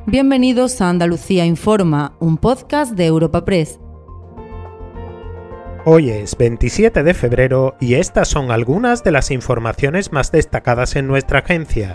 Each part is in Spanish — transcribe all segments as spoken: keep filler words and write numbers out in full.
Bienvenidos a Andalucía Informa, un podcast de Europa Press. Hoy es veintisiete de febrero y estas son algunas de las informaciones más destacadas en nuestra agencia.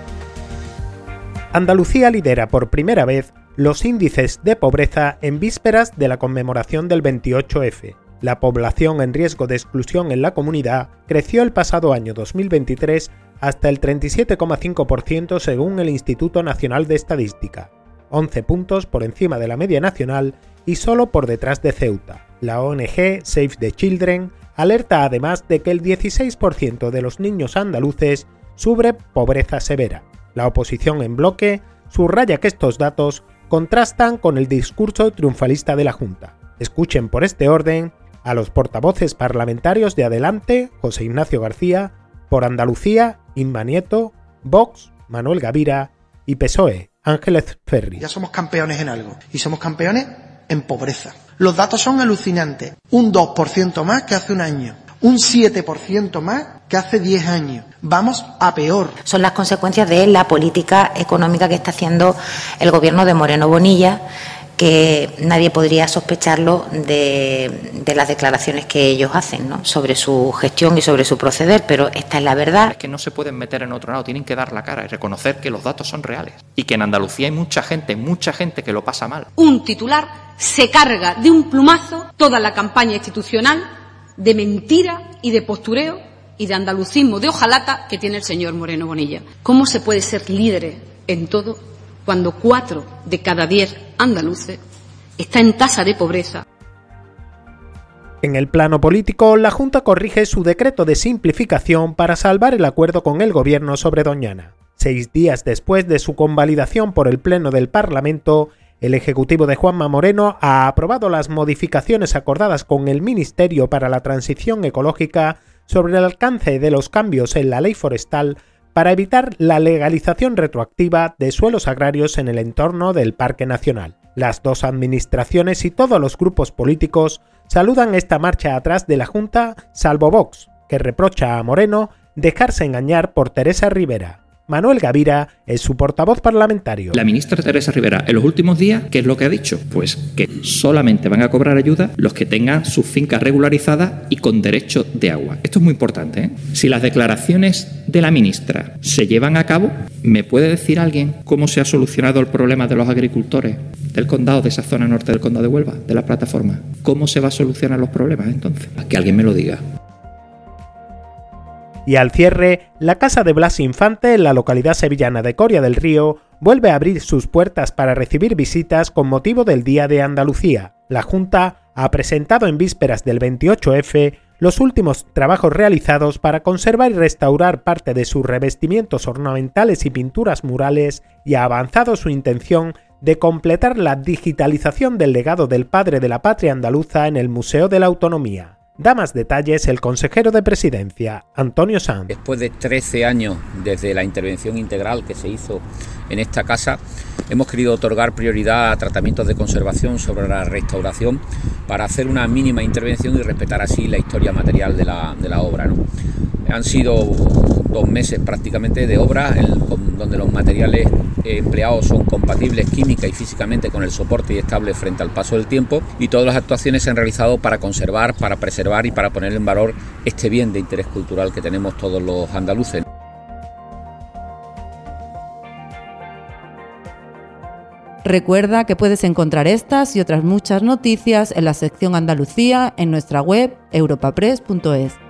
Andalucía lidera por primera vez los índices de pobreza en vísperas de la conmemoración del veintiocho efe. La población en riesgo de exclusión en la comunidad creció el pasado año dos mil veintitrés hasta el treinta y siete coma cinco por ciento según el Instituto Nacional de Estadística, once puntos por encima de la media nacional y solo por detrás de Ceuta. La O N G Save the Children alerta además de que el dieciséis por ciento de los niños andaluces sufre pobreza severa. La oposición en bloque subraya que estos datos contrastan con el discurso triunfalista de la Junta. Escuchen por este orden a los portavoces parlamentarios de Adelante, José Ignacio García, por Andalucía, Inma Nieto, Vox, Manuel Gavira y P S O E, Ángeles Ferri. Ya somos campeones en algo y somos campeones en pobreza. Los datos son alucinantes, un dos por ciento más que hace un año, un siete por ciento más que hace diez años. Vamos a peor. Son las consecuencias de la política económica que está haciendo el gobierno de Moreno Bonilla, que nadie podría sospecharlo de, de las declaraciones que ellos hacen, ¿no?, sobre su gestión y sobre su proceder, pero esta es la verdad. Es que no se pueden meter en otro lado, tienen que dar la cara y reconocer que los datos son reales y que en Andalucía hay mucha gente, mucha gente que lo pasa mal. Un titular se carga de un plumazo toda la campaña institucional de mentira y de postureo y de andalucismo de hojalata que tiene el señor Moreno Bonilla. ¿Cómo se puede ser líder en todo cuando cuatro de cada diez andaluces está en tasa de pobreza? En el plano político, la Junta corrige su decreto de simplificación para salvar el acuerdo con el gobierno sobre Doñana. Seis días después de su convalidación por el Pleno del Parlamento, el Ejecutivo de Juanma Moreno ha aprobado las modificaciones acordadas con el Ministerio para la Transición Ecológica sobre el alcance de los cambios en la ley forestal para evitar la legalización retroactiva de suelos agrarios en el entorno del Parque Nacional. Las dos administraciones y todos los grupos políticos saludan esta marcha atrás de la Junta, salvo Vox, que reprocha a Moreno dejarse engañar por Teresa Rivera. Manuel Gavira es su portavoz parlamentario. La ministra Teresa Rivera, en los últimos días, ¿qué es lo que ha dicho? Pues que solamente van a cobrar ayuda los que tengan sus fincas regularizadas y con derecho de agua. Esto es muy importante, ¿eh? Si las declaraciones de la ministra se llevan a cabo, ¿me puede decir alguien cómo se ha solucionado el problema de los agricultores del condado, de esa zona norte del condado de Huelva, de la plataforma? ¿Cómo se va a solucionar los problemas entonces? Que alguien me lo diga. Y al cierre, la casa de Blas Infante en la localidad sevillana de Coria del Río vuelve a abrir sus puertas para recibir visitas con motivo del Día de Andalucía. La Junta ha presentado en vísperas del veintiocho efe los últimos trabajos realizados para conservar y restaurar parte de sus revestimientos ornamentales y pinturas murales y ha avanzado su intención de completar la digitalización del legado del padre de la patria andaluza en el Museo de la Autonomía. Da más detalles el consejero de Presidencia, Antonio Sanz. Después de trece años desde la intervención integral que se hizo en esta casa, hemos querido otorgar prioridad a tratamientos de conservación sobre la restauración para hacer una mínima intervención y respetar así la historia material de la, de la obra, ¿no? Han sido dos meses prácticamente de obra el, con, donde los materiales empleados son compatibles química y físicamente con el soporte y estables frente al paso del tiempo, y todas las actuaciones se han realizado para conservar, para preservar y para poner en valor este bien de interés cultural que tenemos todos los andaluces. Recuerda que puedes encontrar estas y otras muchas noticias en la sección Andalucía en nuestra web europapress punto es.